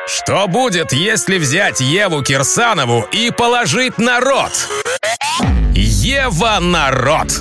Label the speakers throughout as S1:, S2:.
S1: Что будет, если взять Еву Кирсанову и положить на рот? Ева на рот.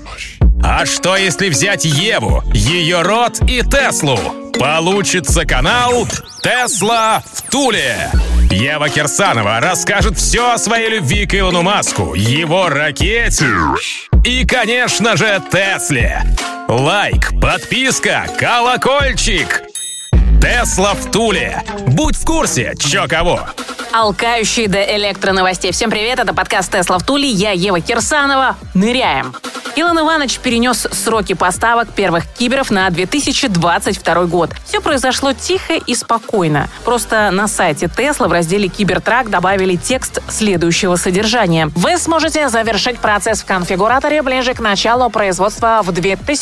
S1: А что, если взять Еву, ее рот и Теслу? Получится канал «Тесла в Туле». Ева Кирсанова расскажет все о своей любви к Илону Маску, его ракете и, конечно же, Тесле. Лайк, подписка, колокольчик. Тесла в Туле. Будь в курсе, чё кого.
S2: Алкающие до электроновостей. Всем привет, это подкаст «Тесла в Туле». Я Ева Кирсанова. Ныряем. Илон Иванович перенес сроки поставок первых киберов на 2022 год. Все произошло тихо и спокойно. Просто на сайте Tesla в разделе «Кибертрак» добавили текст следующего содержания. Вы сможете завершить процесс в конфигураторе ближе к началу производства в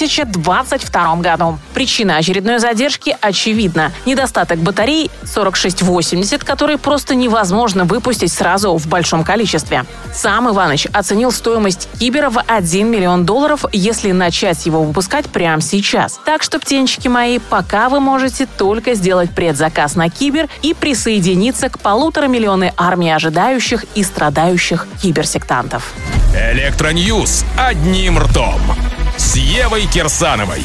S2: 2022 году. Причина очередной задержки очевидна. Недостаток батарей 4680, которые просто невозможно выпустить сразу в большом количестве. Сам Иваныч оценил стоимость кибера в $1 миллион, если начать его выпускать прямо сейчас. Так что, птенчики мои, пока вы можете только сделать предзаказ на кибер и присоединиться к 1,5 миллиона армии ожидающих и страдающих киберсектантов.
S1: Электроньюз одним ртом. С Евой Кирсановой.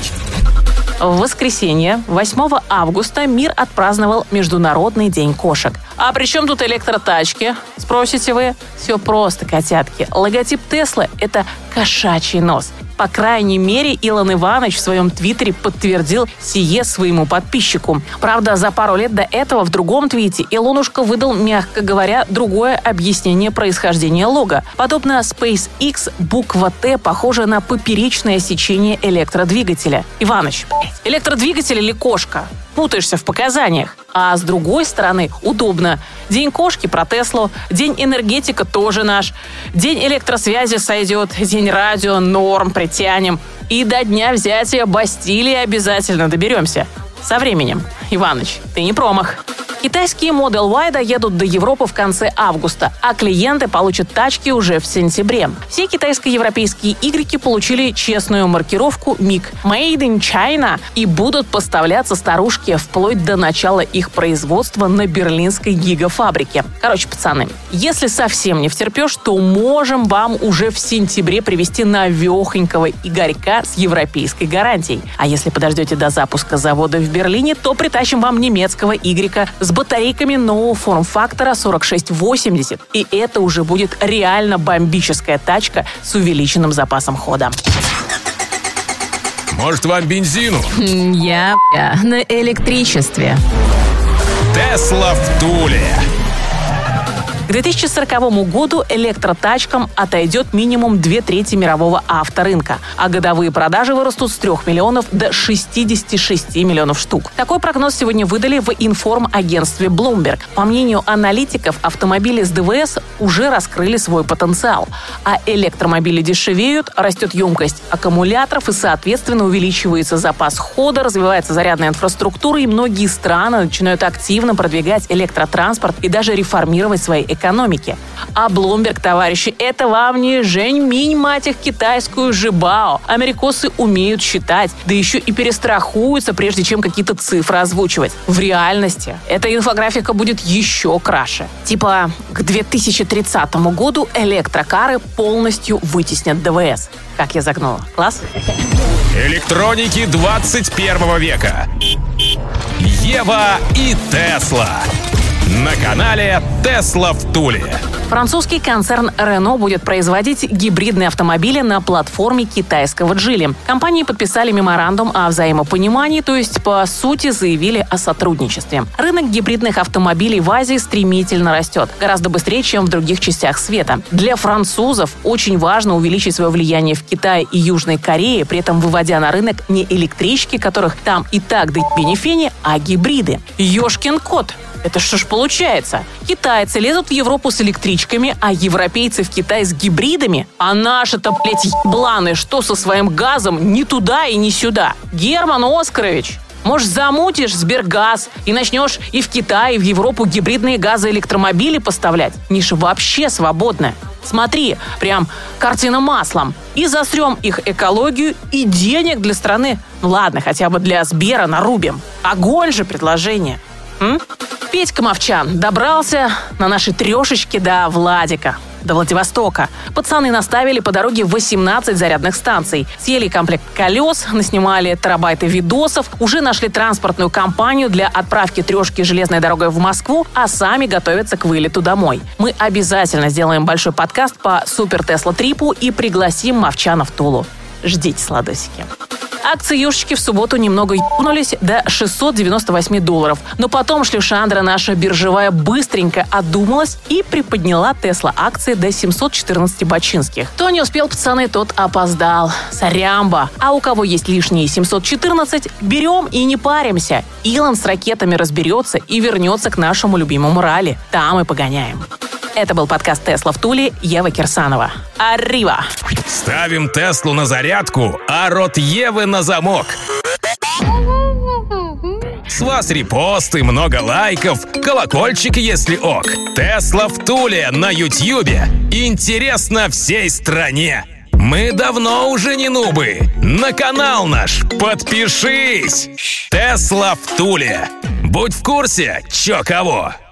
S2: В воскресенье, 8 августа, мир отпраздновал Международный день кошек. А при чем тут электротачки, спросите вы? Все просто, котятки. Логотип Теслы – это кошачий нос. По крайней мере, Илон Иванович в своем твиттере подтвердил сие своему подписчику. Правда, за пару лет до этого в другом твите Илонушка выдал, мягко говоря, другое объяснение происхождения лого. Подобно SpaceX, буква «Т» похожа на поперечное сечение электродвигателя. Иваныч, электродвигатель или кошка? Путаешься в показаниях. А с другой стороны, удобно. День кошки про Теслу, день энергетика тоже наш, день электросвязи сойдет, день радио норм притянем. И до дня взятия Бастилии обязательно доберемся. Со временем. Иваныч, ты не промах. Китайские Model Y доедут до Европы в конце августа, а клиенты получат тачки уже в сентябре. Все китайско-европейские игреки получили честную маркировку MIG Made in China и будут поставляться старушки вплоть до начала их производства на берлинской гигафабрике. Короче, пацаны, если совсем не втерпешь, то можем вам уже в сентябре привезти новехонького Игорька с европейской гарантией. А если подождете до запуска завода в Берлине, то притащим вам немецкого Игрека с батарейками нового форм-фактора 4680. И это уже будет реально бомбическая тачка с увеличенным запасом хода.
S1: Может, вам бензину?
S2: Я на электричестве.
S1: Тесла в Туле.
S2: К 2040 году электротачкам отойдет минимум 2/3 мирового авторынка, а годовые продажи вырастут с 3 миллионов до 66 миллионов штук. Такой прогноз сегодня выдали в информагентстве Bloomberg. По мнению аналитиков, автомобили с ДВС уже раскрыли свой потенциал, а электромобили дешевеют, растет емкость аккумуляторов и, соответственно, увеличивается запас хода, развивается зарядная инфраструктура, и многие страны начинают активно продвигать электротранспорт и даже реформировать свои экономики. А Bloomberg, товарищи, это вам не Жень-Минь, мать их, китайскую жибао. Америкосы умеют считать, да еще и перестрахуются, прежде чем какие-то цифры озвучивать. В реальности эта инфографика будет еще краше. Типа к 2030 году электрокары полностью вытеснят ДВС. Как я загнула. Класс?
S1: Электроники 21 века. Ева и Тесла. На канале «Тесла в Туле».
S2: Французский концерн Renault будет производить гибридные автомобили на платформе китайского Geely. Компании подписали меморандум о взаимопонимании, то есть, по сути, заявили о сотрудничестве. Рынок гибридных автомобилей в Азии стремительно растет, гораздо быстрее, чем в других частях света. Для французов очень важно увеличить свое влияние в Китае и Южной Корее, при этом выводя на рынок не электрички, которых там и так до ебени-фени, а гибриды. Ёшкин кот! Это что ж получается? Китайцы лезут в Европу с электричками, а европейцы в Китай с гибридами? А наши-то, блядь, ебланы, что со своим газом ни туда и ни сюда? Герман Оскарович, может, замутишь Сбергаз и начнешь и в Китай, и в Европу гибридные газоэлектромобили поставлять? Ниша вообще свободная. Смотри, прям картина маслом. И засрем их экологию, и денег для страны. Ну ладно, хотя бы для Сбера нарубим. Огонь же предложение. Петька Мовчан добрался на нашей трешечке до Владика, до Владивостока. Пацаны наставили по дороге 18 зарядных станций. Съели комплект колес, наснимали терабайты видосов, уже нашли транспортную компанию для отправки трешки железной дорогой в Москву, а сами готовятся к вылету домой. Мы обязательно сделаем большой подкаст по Супер Тесла трипу и пригласим Мовчана в Тулу. Ждите, сладосики. Акции «Юшечки» в субботу немного ебнулись до $698. Но потом шлюшандра наша биржевая быстренько одумалась и приподняла Тесла акции до 714 бачинских. Кто не успел, пацаны, тот опоздал. Сорямба. А у кого есть лишние 714, берем и не паримся. Илон с ракетами разберется и вернется к нашему любимому ралли. Там и погоняем. Это был подкаст «Тесла в Туле». Ева Кирсанова. Аррива!
S1: Ставим Теслу на зарядку, а рот Евы на замок. С вас репосты, много лайков, колокольчик, если ок. Тесла в Туле на Ютьюбе. Интересно всей стране. Мы давно уже не нубы. На канал наш подпишись. Тесла в Туле. Будь в курсе, чё кого.